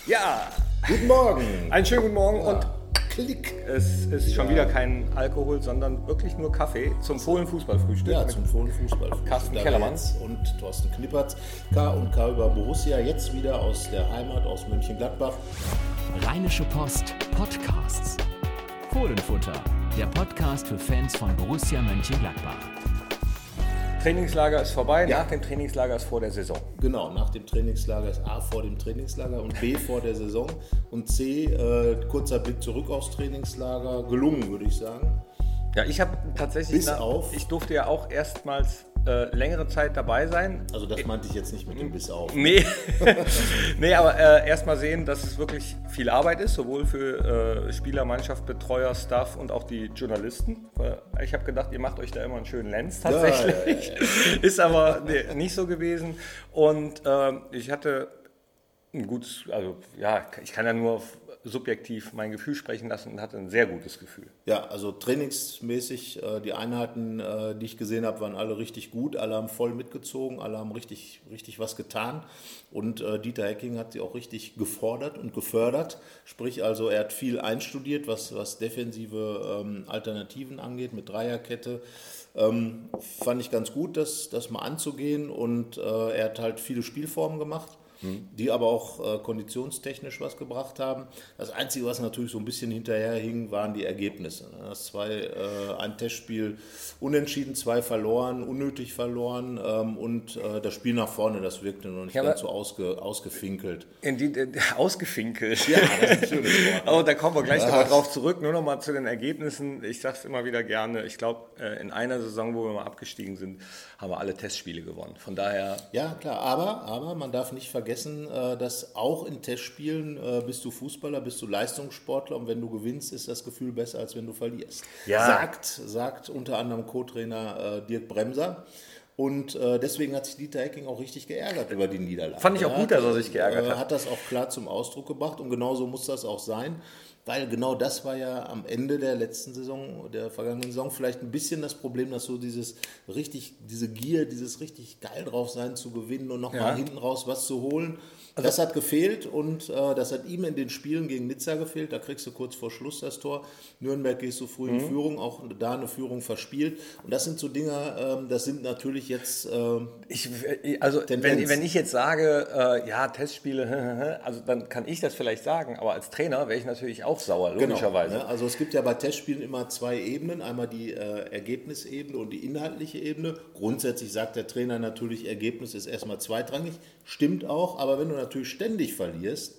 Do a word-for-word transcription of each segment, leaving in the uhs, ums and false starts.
Ja, Guten Morgen. einen schönen guten Morgen Ja. und Klick. es ist schon Ja. wieder kein Alkohol, sondern wirklich nur Kaffee zum Fohlen-Fußballfrühstück. Ja, mit zum Fohlen-Fußball. Carsten Da Kellermann. jetzt Und Thorsten Knippertz. K und K über Borussia, jetzt wieder aus der Heimat, aus Mönchengladbach. Rheinische Post Podcasts. Fohlenfutter, der Podcast für Fans von Borussia Mönchengladbach. Trainingslager ist vorbei, Ja. nach dem Trainingslager ist vor der Saison. Genau, nach dem Trainingslager ist A vor dem Trainingslager und B vor der Saison. Und C, äh, kurzer Blick zurück aufs Trainingslager. Gelungen, würde ich sagen. Ja, ich habe tatsächlich, Bis auf- ich durfte ja auch erstmals äh, längere Zeit dabei sein. Also das meinte ich jetzt nicht mit dem Bis auf. Nee, nee aber äh, erst mal sehen, dass es wirklich viel Arbeit ist, sowohl für äh, Spieler, Mannschaft, Betreuer, Staff und auch die Journalisten. Äh, Ich habe gedacht, ihr macht euch da immer einen schönen Lenz tatsächlich. Ja, ja, ja, Ist aber nee, nicht so gewesen. Und ähm, ich hatte ein gutes, also ja, ich kann ja nur subjektiv mein Gefühl sprechen lassen und hatte ein sehr gutes Gefühl. Ja, also trainingsmäßig, äh, die Einheiten, äh, die ich gesehen habe, waren alle richtig gut. Alle haben voll mitgezogen, alle haben richtig, richtig was getan. Und äh, Dieter Hecking hat sie auch richtig gefordert und gefördert. Sprich also, er hat viel einstudiert, was, was defensive ähm, Alternativen angeht, mit Dreierkette. Ähm, fand ich ganz gut, das, das mal anzugehen. Und äh, er hat halt viele Spielformen gemacht, die aber auch äh, konditionstechnisch was gebracht haben. Das Einzige, was natürlich so ein bisschen hinterherhing, waren die Ergebnisse. Das zwei, äh, ein Testspiel unentschieden, zwei verloren, unnötig verloren ähm, und äh, das Spiel nach vorne, das wirkte noch nicht Ja, ganz aber- so ausge, ausgefinkelt. In die, in, ausgefinkelt. Ja, das ist ein schönes Wort. Oh, da kommen wir gleich Ja. nochmal drauf zurück. Nur nochmal zu den Ergebnissen. Ich sage es immer wieder gerne. Ich glaube, in einer Saison, wo wir mal abgestiegen sind, haben wir alle Testspiele gewonnen. Von daher, Ja, klar, aber, aber man darf nicht vergessen, äh, dass auch in Testspielen äh, bist du Fußballer, bist du Leistungssportler und wenn du gewinnst, ist das Gefühl besser, als wenn du verlierst. Ja. Sagt, sagt unter anderem Co-Trainer äh, Dirk Bremser. Und äh, deswegen hat sich Dieter Hecking auch richtig geärgert über die Niederlage. Fand ich auch gut, dass er sich geärgert äh, hat. Hat das auch klar zum Ausdruck gebracht und genauso muss das auch sein. Weil genau das war ja am Ende der letzten Saison, der vergangenen Saison, vielleicht ein bisschen das Problem, dass so dieses richtig, diese Gier, dieses richtig geil drauf sein zu gewinnen und nochmal Ja. hinten raus was zu holen, das hat gefehlt und äh, das hat ihm in den Spielen gegen Nizza gefehlt. Da kriegst du kurz vor Schluss das Tor. Nürnberg gehst du früh in Führung, auch da eine Führung verspielt. Und das sind so Dinge, ähm, das sind natürlich jetzt... Ähm, ich, also wenn, Tendenz. wenn ich jetzt sage, äh, ja, Testspiele, also dann kann ich das vielleicht sagen, aber als Trainer wäre ich natürlich auch sauer, logischerweise. Genau, ne? Also es gibt ja bei Testspielen immer zwei Ebenen, einmal die äh, Ergebnisebene und die inhaltliche Ebene. Grundsätzlich sagt der Trainer natürlich, Ergebnis ist erstmal zweitrangig, stimmt auch, aber wenn du natürlich ständig verlierst,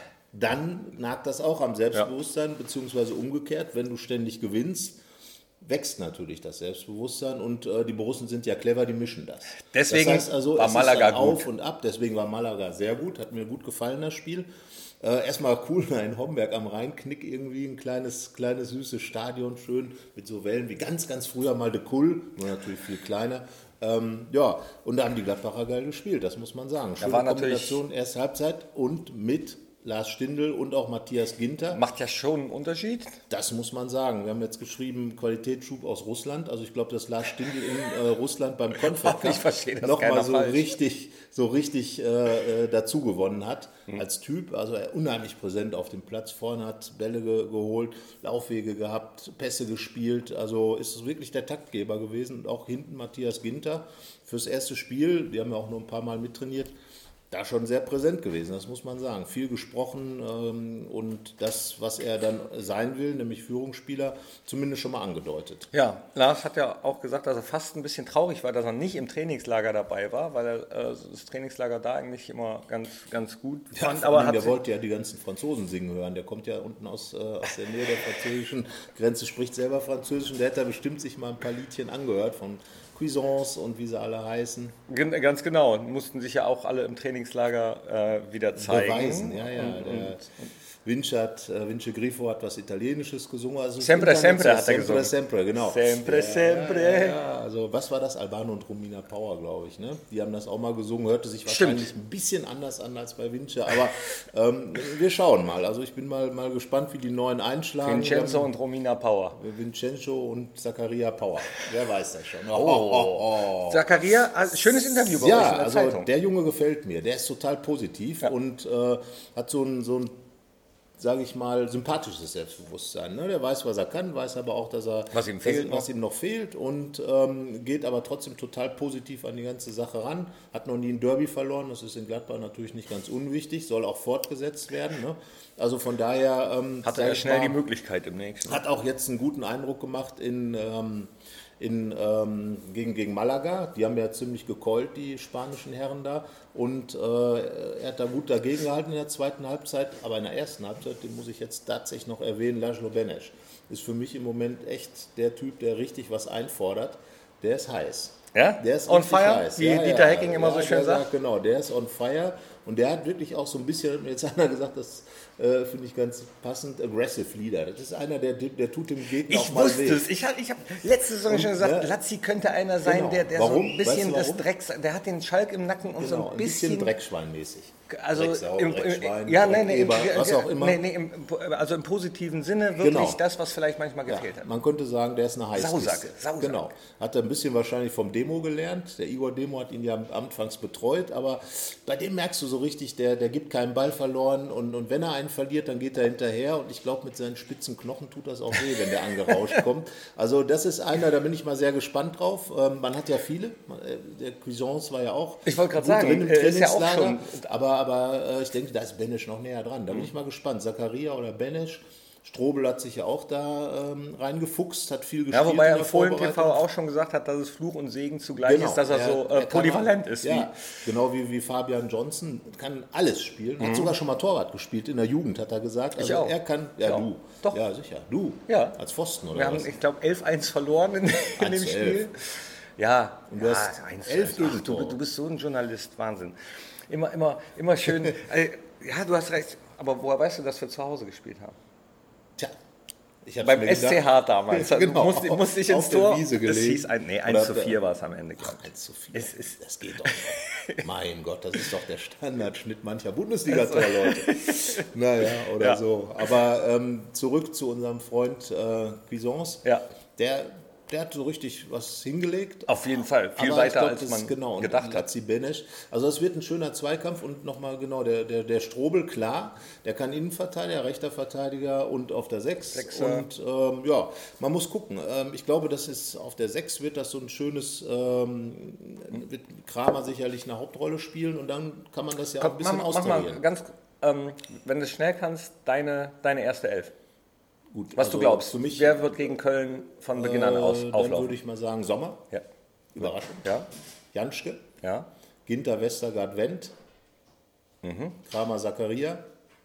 dann nagt das auch am Selbstbewusstsein, beziehungsweise umgekehrt, wenn du ständig gewinnst, wächst natürlich das Selbstbewusstsein und äh, die Borussen sind ja clever, die mischen das. Deswegen das heißt also, war es Malaga ist ein Auf gut. und Ab, deswegen war Malaga sehr gut, hat mir gut gefallen das Spiel. Äh, erstmal cool, in Homberg am Rhein-Knick irgendwie, ein kleines, kleines, süßes Stadion, schön mit so Wellen wie ganz, ganz früher mal de Kull, nur natürlich viel kleiner. Ähm, ja, und da haben die Gladbacher geil gespielt, das muss man sagen. Schöne war natürlich- Kombination, erste Halbzeit und mit Lars Stindl und auch Matthias Ginter. Macht ja schon einen Unterschied. Das muss man sagen. Wir haben jetzt geschrieben, Qualitätsschub aus Russland. Also ich glaube, dass Lars Stindl in äh, Russland beim Confed Ich verstehe das nochmal keiner so falsch. richtig, so richtig äh, dazu gewonnen hat als Typ. Also er unheimlich präsent auf dem Platz. Vorne hat Bälle ge geholt, Laufwege gehabt, Pässe gespielt. Also ist es wirklich der Taktgeber gewesen. Und auch hinten Matthias Ginter fürs erste Spiel. Die haben ja auch nur ein paar Mal mittrainiert. Da schon sehr präsent gewesen, das muss man sagen. Viel gesprochen ähm, und das, was er dann sein will, nämlich Führungsspieler, zumindest schon mal angedeutet. Ja, Lars hat ja auch gesagt, dass er fast ein bisschen traurig war, dass er nicht im Trainingslager dabei war, weil er äh, das Trainingslager da eigentlich immer ganz, ganz gut fand. Ja, aber aber hat der sich- wollte ja die ganzen Franzosen singen hören. Der kommt ja unten aus, äh, aus der Nähe der französischen Grenze, spricht selber Französisch und der hat da bestimmt sich mal ein paar Liedchen angehört von Cuisance und wie sie alle heißen. Gen- Ganz genau, mussten sich ja auch alle im Trainingslager äh, wieder zeigen. Beweisen, ja, ja. Und, der und, Vince hat, äh, Vince Grifo hat was Italienisches gesungen. Also Sempre, Internet- sempre hat er sempre, gesungen. Sempre, genau. Sempre, Ja, sempre. Ja, ja, ja. Also was war das? Albano und Romina Power, glaube ich. Ne? Die haben das auch mal gesungen, hörte sich wahrscheinlich Stimmt. ein bisschen anders an als bei Vince. Aber ähm, wir schauen mal. Also ich bin mal, mal gespannt, wie die neuen einschlagen. Vincenzo Wir und Romina Power. haben Vincenzo und Zaccaria Power. Wer weiß das schon. Oh, Oh. Zakaria, also, schönes Interview bei ja, euch in der also Zeitung. Der Junge gefällt mir. Der ist total positiv Ja. und äh, hat so ein, so ein sage ich mal, sympathisches Selbstbewusstsein. Ne? Der weiß, was er kann, weiß aber auch, dass er Was ihm fehlt dass, was ihm noch fehlt und ähm, geht aber trotzdem total positiv an die ganze Sache ran. Hat noch nie ein Derby verloren, das ist in Gladbach natürlich nicht ganz unwichtig, soll auch fortgesetzt werden. Ne? Also von daher ähm, Hatte er schnell mal, die Möglichkeit im nächsten. Hat auch jetzt einen guten Eindruck gemacht in, ähm, in, ähm, gegen, gegen Malaga. Die haben ja ziemlich gekeult, die spanischen Herren da. Und äh, er hat da gut dagegen gehalten in der zweiten Halbzeit. Aber in der ersten Halbzeit, den muss ich jetzt tatsächlich noch erwähnen, Laszlo Benes ist für mich im Moment echt der Typ, der richtig was einfordert. Der ist heiß. Ja? Der ist on fire, heiß. wie ja, Dieter ja, Hecking immer ja, so schön sagt. sagt. Genau, der ist on fire. Und der hat wirklich auch so ein bisschen, jetzt hat er gesagt, das äh, finde ich ganz passend, aggressive Leader. Das ist einer, der, der tut dem Gegner Ich auch mal wusste weh. es. Ich habe ich hab letzte Saison schon gesagt, ja, Lazzi könnte einer sein, genau. der, der Warum? so ein bisschen Weißt du das Drecks, der hat den Schalk im Nacken und Genau, so ein bisschen, ein bisschen Dreckschweinmäßig. also Drecksau, im, Dreckschwein, ja, nee, nee, im, Dreckgeber, was auch immer. Nee, nee, im, also im positiven Sinne wirklich Genau. das, was vielleicht manchmal Ja, gefehlt hat. man könnte sagen, der ist eine Heißkiste. Sausack, Sausack. Genau. Hat er ein bisschen wahrscheinlich vom Demo gelernt. Der Igor Demo hat ihn ja anfangs betreut, aber bei dem merkst du so richtig, der, der gibt keinen Ball verloren und, und wenn er einen verliert, dann geht er hinterher und ich glaube, mit seinen spitzen Knochen tut das auch weh, wenn der angerauscht kommt. Also das ist einer, da bin ich mal sehr gespannt drauf. Ähm, man hat ja viele. Der Cuisance war ja auch Ich wollte gerade gut sagen, drin im äh, ist ja auch Trainingslager, schon- aber, aber äh, ich denke, da ist Benes noch näher dran. Da bin ich mal gespannt. Zakaria oder Benes. Strobel hat sich ja auch da ähm, reingefuchst, hat viel gespielt. Ja, wobei in er der im Fohlen T V Vorbereitung. auch schon gesagt hat, dass es Fluch und Segen zugleich ist, dass er, er- so äh, er kann polyvalent auch, ist. Ja, genau wie, wie Fabian Johnson, kann alles spielen. Hat sogar schon mal Torwart gespielt, in der Jugend, hat er gesagt. Also Ich auch. er kann, ja Ich auch. du. Doch. Ja, sicher, du. Ja. Als Pfosten oder Wir haben, was? ich glaube, elf eins verloren in, in dem eins zu Spiel. elf. Ja, Und du ja, hast eins, elf Ach, du, Gegentore. du bist so ein Journalist, Wahnsinn. Immer, immer, immer schön. äh, ja, du hast recht. Aber woher weißt du, dass wir zu Hause gespielt haben? Tja, ich hab's Beim mir S C gedacht. H damals. Also Genau. musste, musste ich ins Auf der Tor. Wiese Es gelegen. hieß ein, nee, eins zu Oder- vier war es am Ende, glaube ich. eins zu vier. Es ist- Das geht doch nicht. Mein Gott, das ist doch der Standardschnitt mancher Bundesliga-Leute. Naja, oder Ja. so. Aber ähm, zurück zu unserem Freund äh, Cuisance. Ja. Der, der hat so richtig was hingelegt. Auf jeden Fall. Viel Aber weiter, ich glaub, als das man ist genau, und gedacht hat. Lazzi Benes. Also es wird ein schöner Zweikampf und nochmal genau, der, der, der Strobel, klar, der kann Innenverteidiger, rechter Verteidiger und auf der sechs. Sechser. Und ähm, ja, man muss gucken. Ähm, ich glaube, das ist auf der sechs wird das so ein schönes, ähm, wird Kramer sicherlich eine Hauptrolle spielen und dann kann man das ja auch ein Komm, bisschen mach, mach mal austarieren. ganz, ähm, wenn du schnell kannst, deine, deine erste Elf. Gut, Was also du glaubst. Für mich, Wer wird gegen Köln von Beginn an aus, äh, dann auflaufen? würde ich mal sagen Sommer, Ja. Überraschung. Ja. Janschke, Ja. Ginter, Westergaard, Wendt, Kramer, Zakaria.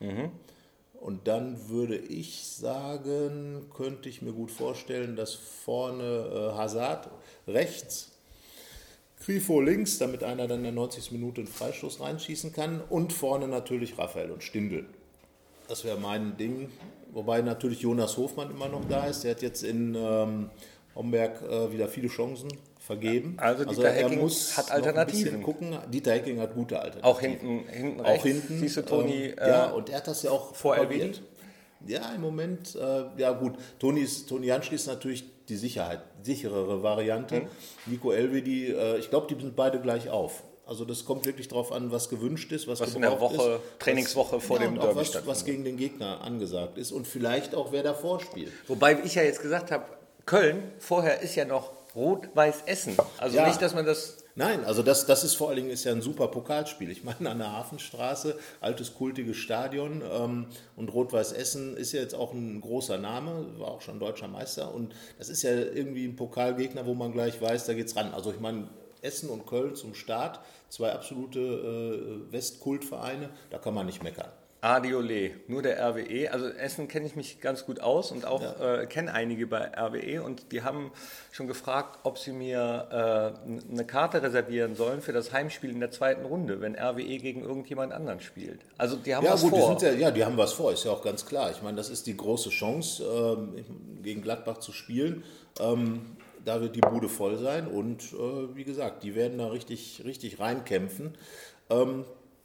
Und dann würde ich sagen, könnte ich mir gut vorstellen, dass vorne äh, Hazard rechts, Grifo links, damit einer dann in der neunzigsten Minute einen Freistoß reinschießen kann. Und vorne natürlich Raphael und Stindl. Das wäre mein Ding. Wobei natürlich Jonas Hofmann immer noch da ist. Der hat jetzt in ähm, Homberg äh, wieder viele Chancen vergeben. Also Dieter Hecking hat noch ein Alternativen. bisschen gucken. Dieter Hecking hat gute Alternativen. Auch hinten, hinten rechts. Auch hinten. Siehst du Toni ähm, äh, ja, und er hat das ja auch vor probiert. Elvedi? Ja, im Moment, äh, ja gut. Toni, ist, Toni Janschke ist natürlich die Sicherheit, sicherere Variante. Mhm. Nico Elvedi, äh, ich glaube, die sind beide gleich auf. Also das kommt wirklich darauf an, was gewünscht ist, was, Was in der gebraucht Woche, ist, Trainingswoche was, vor ja, dem und auch Derby was, stattfindet. was gegen den Gegner angesagt ist und vielleicht auch, wer davor spielt. Wobei ich ja jetzt gesagt habe, Köln, vorher ist ja noch Rot-Weiß Essen. Also Ja. nicht, dass man das... Nein, also das, das ist vor allen Dingen ist ja ein super Pokalspiel. Ich meine, an der Hafenstraße, altes kultiges Stadion ähm, und Rot-Weiß Essen ist ja jetzt auch ein großer Name, war auch schon deutscher Meister und das ist ja irgendwie ein Pokalgegner, wo man gleich weiß, da geht's ran. Also ich meine, Essen und Köln zum Start, zwei absolute äh, Westkultvereine, da kann man nicht meckern. Adiole, nur der R W E. Also Essen kenne ich mich ganz gut aus und auch Ja. äh, kenne einige bei R W E und die haben schon gefragt, ob sie mir äh, eine Karte reservieren sollen für das Heimspiel in der zweiten Runde, wenn R W E gegen irgendjemand anderen spielt. Also die haben Ja was gut, die vor. sind ja, ja, die haben was vor, ist ja auch ganz klar. Ich meine, das ist die große Chance, ähm, gegen Gladbach zu spielen. Ähm, da wird die Bude voll sein und äh, wie gesagt, die werden da richtig, richtig reinkämpfen. Ähm,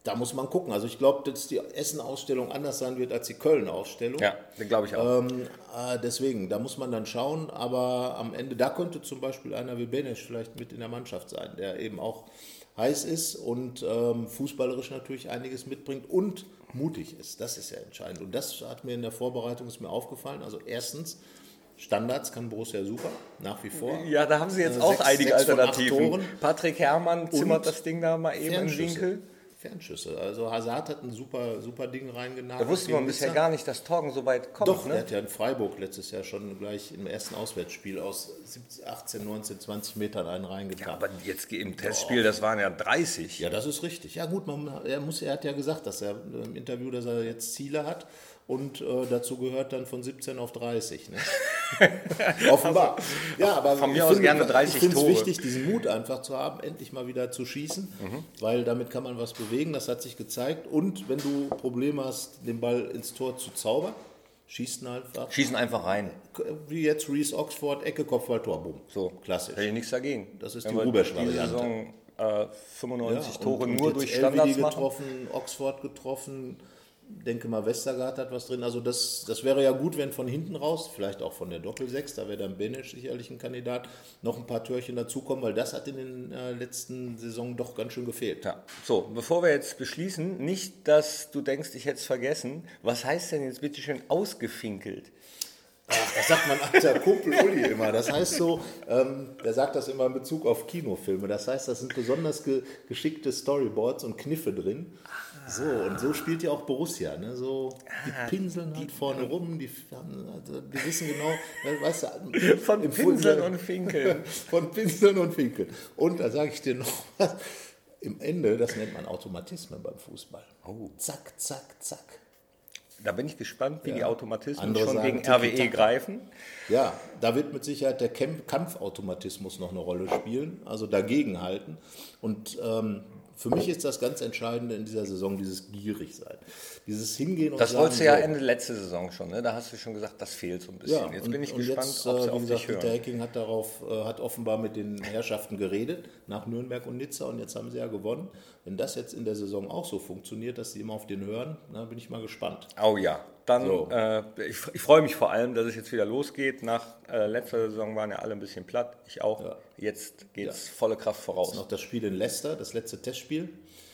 da muss man gucken. Also ich glaube, dass die Essen-Ausstellung anders sein wird als die Köln-Ausstellung. Ja, glaube ich auch. Ähm, äh, deswegen, da muss man dann schauen. Aber am Ende, da könnte zum Beispiel einer wie Benesch vielleicht mit in der Mannschaft sein, der eben auch heiß ist und ähm, fußballerisch natürlich einiges mitbringt und mutig ist. Das ist ja entscheidend. Und das hat mir in der Vorbereitung ist mir aufgefallen. Also erstens, Standards kann Borussia super, nach wie vor. Ja, da haben sie jetzt Äh, auch sechs- einige sechs von acht Alternativen. Toren. Patrick Herrmann zimmert Und das Ding da mal eben in den Fernschüsse. Winkel. Fernschüsse. Also Hazard hat ein super, super Ding reingenagelt. Da wusste man gegen bisher Nizza. gar nicht, dass Torgen so weit kommt. Doch, ne? der hat ja in Freiburg letztes Jahr schon gleich im ersten Auswärtsspiel aus siebzehn, achtzehn, neunzehn, zwanzig Metern einen reingetan. Ja, aber jetzt im Testspiel, das waren ja dreißig. Ja, das ist richtig. Ja gut, man, er, muss, er hat ja gesagt, dass er im Interview, dass er jetzt Ziele hat und äh, dazu gehört dann von siebzehn auf dreißig. Ne? Offenbar. Ja, aber von mir ich aus finde, gerne dreißig Ich finde es Tore. wichtig, diesen Mut einfach zu haben, endlich mal wieder zu schießen, mhm. weil damit kann man was bewegen, das hat sich gezeigt. Und wenn du Probleme hast, den Ball ins Tor zu zaubern, schießen einfach. Schießen einfach rein. Wie jetzt Reece Oxford, Ecke, Kopfball, Tor, bumm. So, klassisch. Hätte ich nichts dagegen. Das ist Wenn die wir Rubesch-Variante. diese Saison äh, fünfundneunzig Ja, Tore und, und nur jetzt durch Elvedi Standards machen. getroffen, Oxford getroffen, denke mal Westergaard hat was drin. Also das, das wäre ja gut, wenn von hinten raus, vielleicht auch von der Doppelsechs, da wäre dann Benesch sicherlich ein Kandidat, noch ein paar Türchen dazukommen, weil das hat in den äh, letzten Saison doch ganz schön gefehlt. Ja. So, bevor wir jetzt beschließen, nicht, dass du denkst, ich hätte es vergessen. Was heißt denn jetzt bitte schön ausgefinkelt? Ach, das sagt mein alter Kumpel Uli immer. Das heißt so, ähm, der sagt das immer in Bezug auf Kinofilme. Das heißt, das sind besonders ge- geschickte Storyboards und Kniffe drin. So, und so spielt ja auch Borussia. Ne? So, die pinseln halt vorne rum, die, haben, also, die wissen genau, weißt du, Von im Pinseln Fußball- und Finkeln. Von Pinseln und Finkeln. Und da sage ich dir noch was. Im Ende, das nennt man Automatismen beim Fußball. Oh. Zack, zack, zack. Da bin ich gespannt, wie Ja. die Automatismen Andere schon sagen gegen R W E Tiki-Taka. greifen. Ja, da wird mit Sicherheit der Kämpf- Kampfautomatismus noch eine Rolle spielen, also dagegenhalten. Und ähm, für mich ist das ganz Entscheidende in dieser Saison, dieses Gierigsein. Dieses Hingehen und Das sagen, wolltest du ja so. Ende letzte Saison schon, ne? Da hast du schon gesagt, das fehlt so ein bisschen. Ja, jetzt und, bin ich und gespannt, jetzt, ob sie äh, auf wie dich gesagt, Dieter hören. Hecking hat darauf, äh, hat offenbar mit den Herrschaften geredet, nach Nürnberg und Nizza, und jetzt haben sie ja gewonnen. Wenn das jetzt in der Saison auch so funktioniert, dass sie immer auf den hören, na, bin ich mal gespannt. Oh ja, dann, So. äh, ich, ich freue mich vor allem, dass es jetzt wieder losgeht. Nach äh, letzter Saison waren ja alle ein bisschen platt, ich auch. Ja. Jetzt geht es Ja. volle Kraft voraus. Noch das Spiel in Leicester, das letzte Testspiel.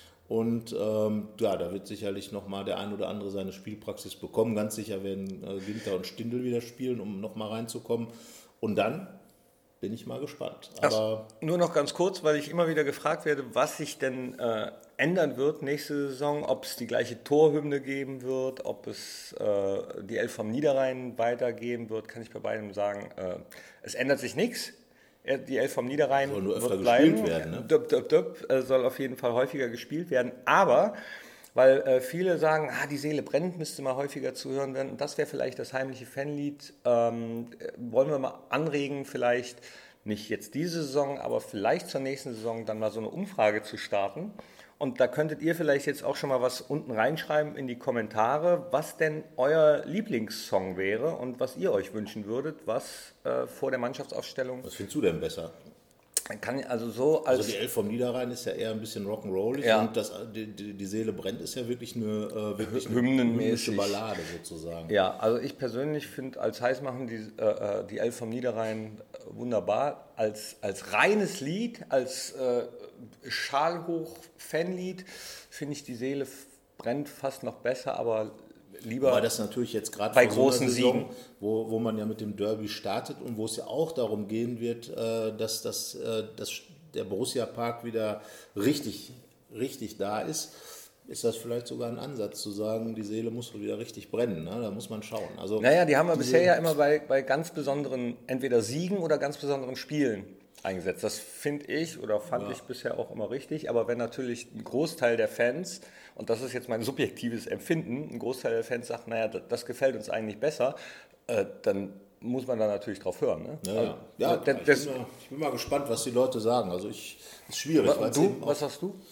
Und ähm, ja, da wird sicherlich nochmal der ein oder andere seine Spielpraxis bekommen. Ganz sicher werden äh, Ginter und Stindl wieder spielen, um nochmal reinzukommen. Und dann bin ich mal gespannt. Aber Ach, nur noch ganz kurz, weil ich immer wieder gefragt werde, was sich denn äh, ändern wird nächste Saison, ob es die gleiche Torhymne geben wird, ob es äh, die Elf vom Niederrhein weitergeben wird, kann ich bei beidem sagen, äh, es ändert sich nichts. Er- Die Elf vom Niederrhein Soll nur öfter wird bleiben. gespielt werden, ne? Döp, döp, döp, äh, soll auf jeden Fall häufiger gespielt werden, aber weil äh, viele sagen, ah, die Seele brennt, müsste mal häufiger zuhören werden. Und das wäre vielleicht das heimliche Fanlied. Ähm, äh, wollen wir mal anregen, vielleicht nicht jetzt diese Saison, aber vielleicht zur nächsten Saison dann mal so eine Umfrage zu starten. Und da könntet ihr vielleicht jetzt auch schon mal was unten reinschreiben in die Kommentare, was denn euer Lieblingssong wäre und was ihr euch wünschen würdet, was äh, vor der Mannschaftsaufstellung was findest du denn besser? kann. Also so als Also die Elf vom Niederrhein ist ja eher ein bisschen rock'n'rollig Ja. und das, die, die, die Seele brennt ist ja wirklich eine, äh, wirklich eine Hymnenmäßig. hymnische Ballade sozusagen. Ja, also ich persönlich finde als Heißmachen die, äh, die Elf vom Niederrhein wunderbar. Als, als reines Lied, als äh, Schalhoch-Fanlied finde ich die Seele f- brennt fast noch besser, aber lieber... Aber das natürlich jetzt gerade bei vor so einer großen Saison, Siegen. Wo, wo man ja mit dem Derby startet und wo es ja auch darum gehen wird, äh, dass, das, äh, dass der Borussia-Park wieder richtig, richtig da ist, ist das vielleicht sogar ein Ansatz zu sagen, die Seele muss wieder richtig brennen. Ne? Da muss man schauen. Also, Naja, die haben wir diese- bisher ja immer bei, bei ganz besonderen, entweder Siegen oder ganz besonderen Spielen eingesetzt. Das finde ich oder fand Ja. ich bisher auch immer richtig. Aber wenn natürlich ein Großteil der Fans, und das ist jetzt mein subjektives Empfinden, ein Großteil der Fans sagt, naja, das, das gefällt uns eigentlich besser, äh, dann muss man da natürlich drauf hören. Ne? Ja, Also, ja. der- ich, das- bin mal, ich bin mal gespannt, was die Leute sagen. Also ich, ist schwierig. weil und es du, eben auch- was hast du?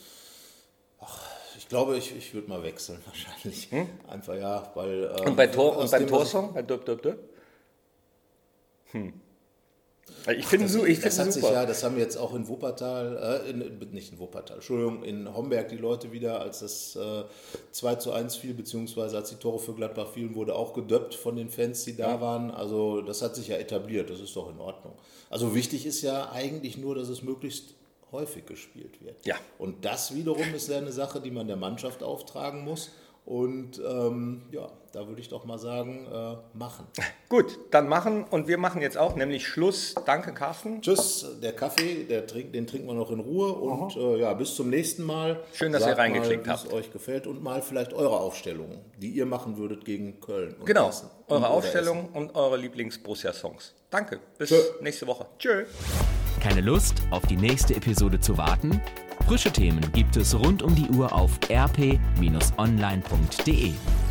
Ich glaube, ich, ich würde mal wechseln wahrscheinlich. Einfach ja, weil... ähm, Und, bei Tor, aus und beim dem, was ich- Torsong, bei Döp, Döp, Döp? Ich finde es ich das hat super. Sich ja, das haben jetzt auch in Wuppertal, äh, in, nicht in Wuppertal, Entschuldigung, in Homberg die Leute wieder, als das äh, zwei zu eins fiel, beziehungsweise als die Tore für Gladbach fielen, wurde auch gedöppt von den Fans, die da ja. waren. Also das hat sich ja etabliert, das ist doch in Ordnung. Also wichtig ist ja eigentlich nur, dass es möglichst häufig gespielt wird. Ja. Und das wiederum ist ja eine Sache, die man der Mannschaft auftragen muss. Und ähm, ja, da würde ich doch mal sagen, äh, machen. Gut, dann machen und wir machen jetzt auch, nämlich Schluss. Danke, Carsten. Tschüss, der Kaffee, der trink, den trinken wir noch in Ruhe und äh, ja, bis zum nächsten Mal. Schön, dass Sagt ihr reingeklickt mal, habt. Wie es euch gefällt und mal vielleicht eure Aufstellungen, die ihr machen würdet gegen Köln. Und genau, Essen. eure und Aufstellung und eure Lieblings-Borussia-Songs. Danke, bis Tschö. nächste Woche. Tschö. Keine Lust, auf die nächste Episode zu warten? Frische Themen gibt es rund um die Uhr auf r p Bindestrich online punkt d e.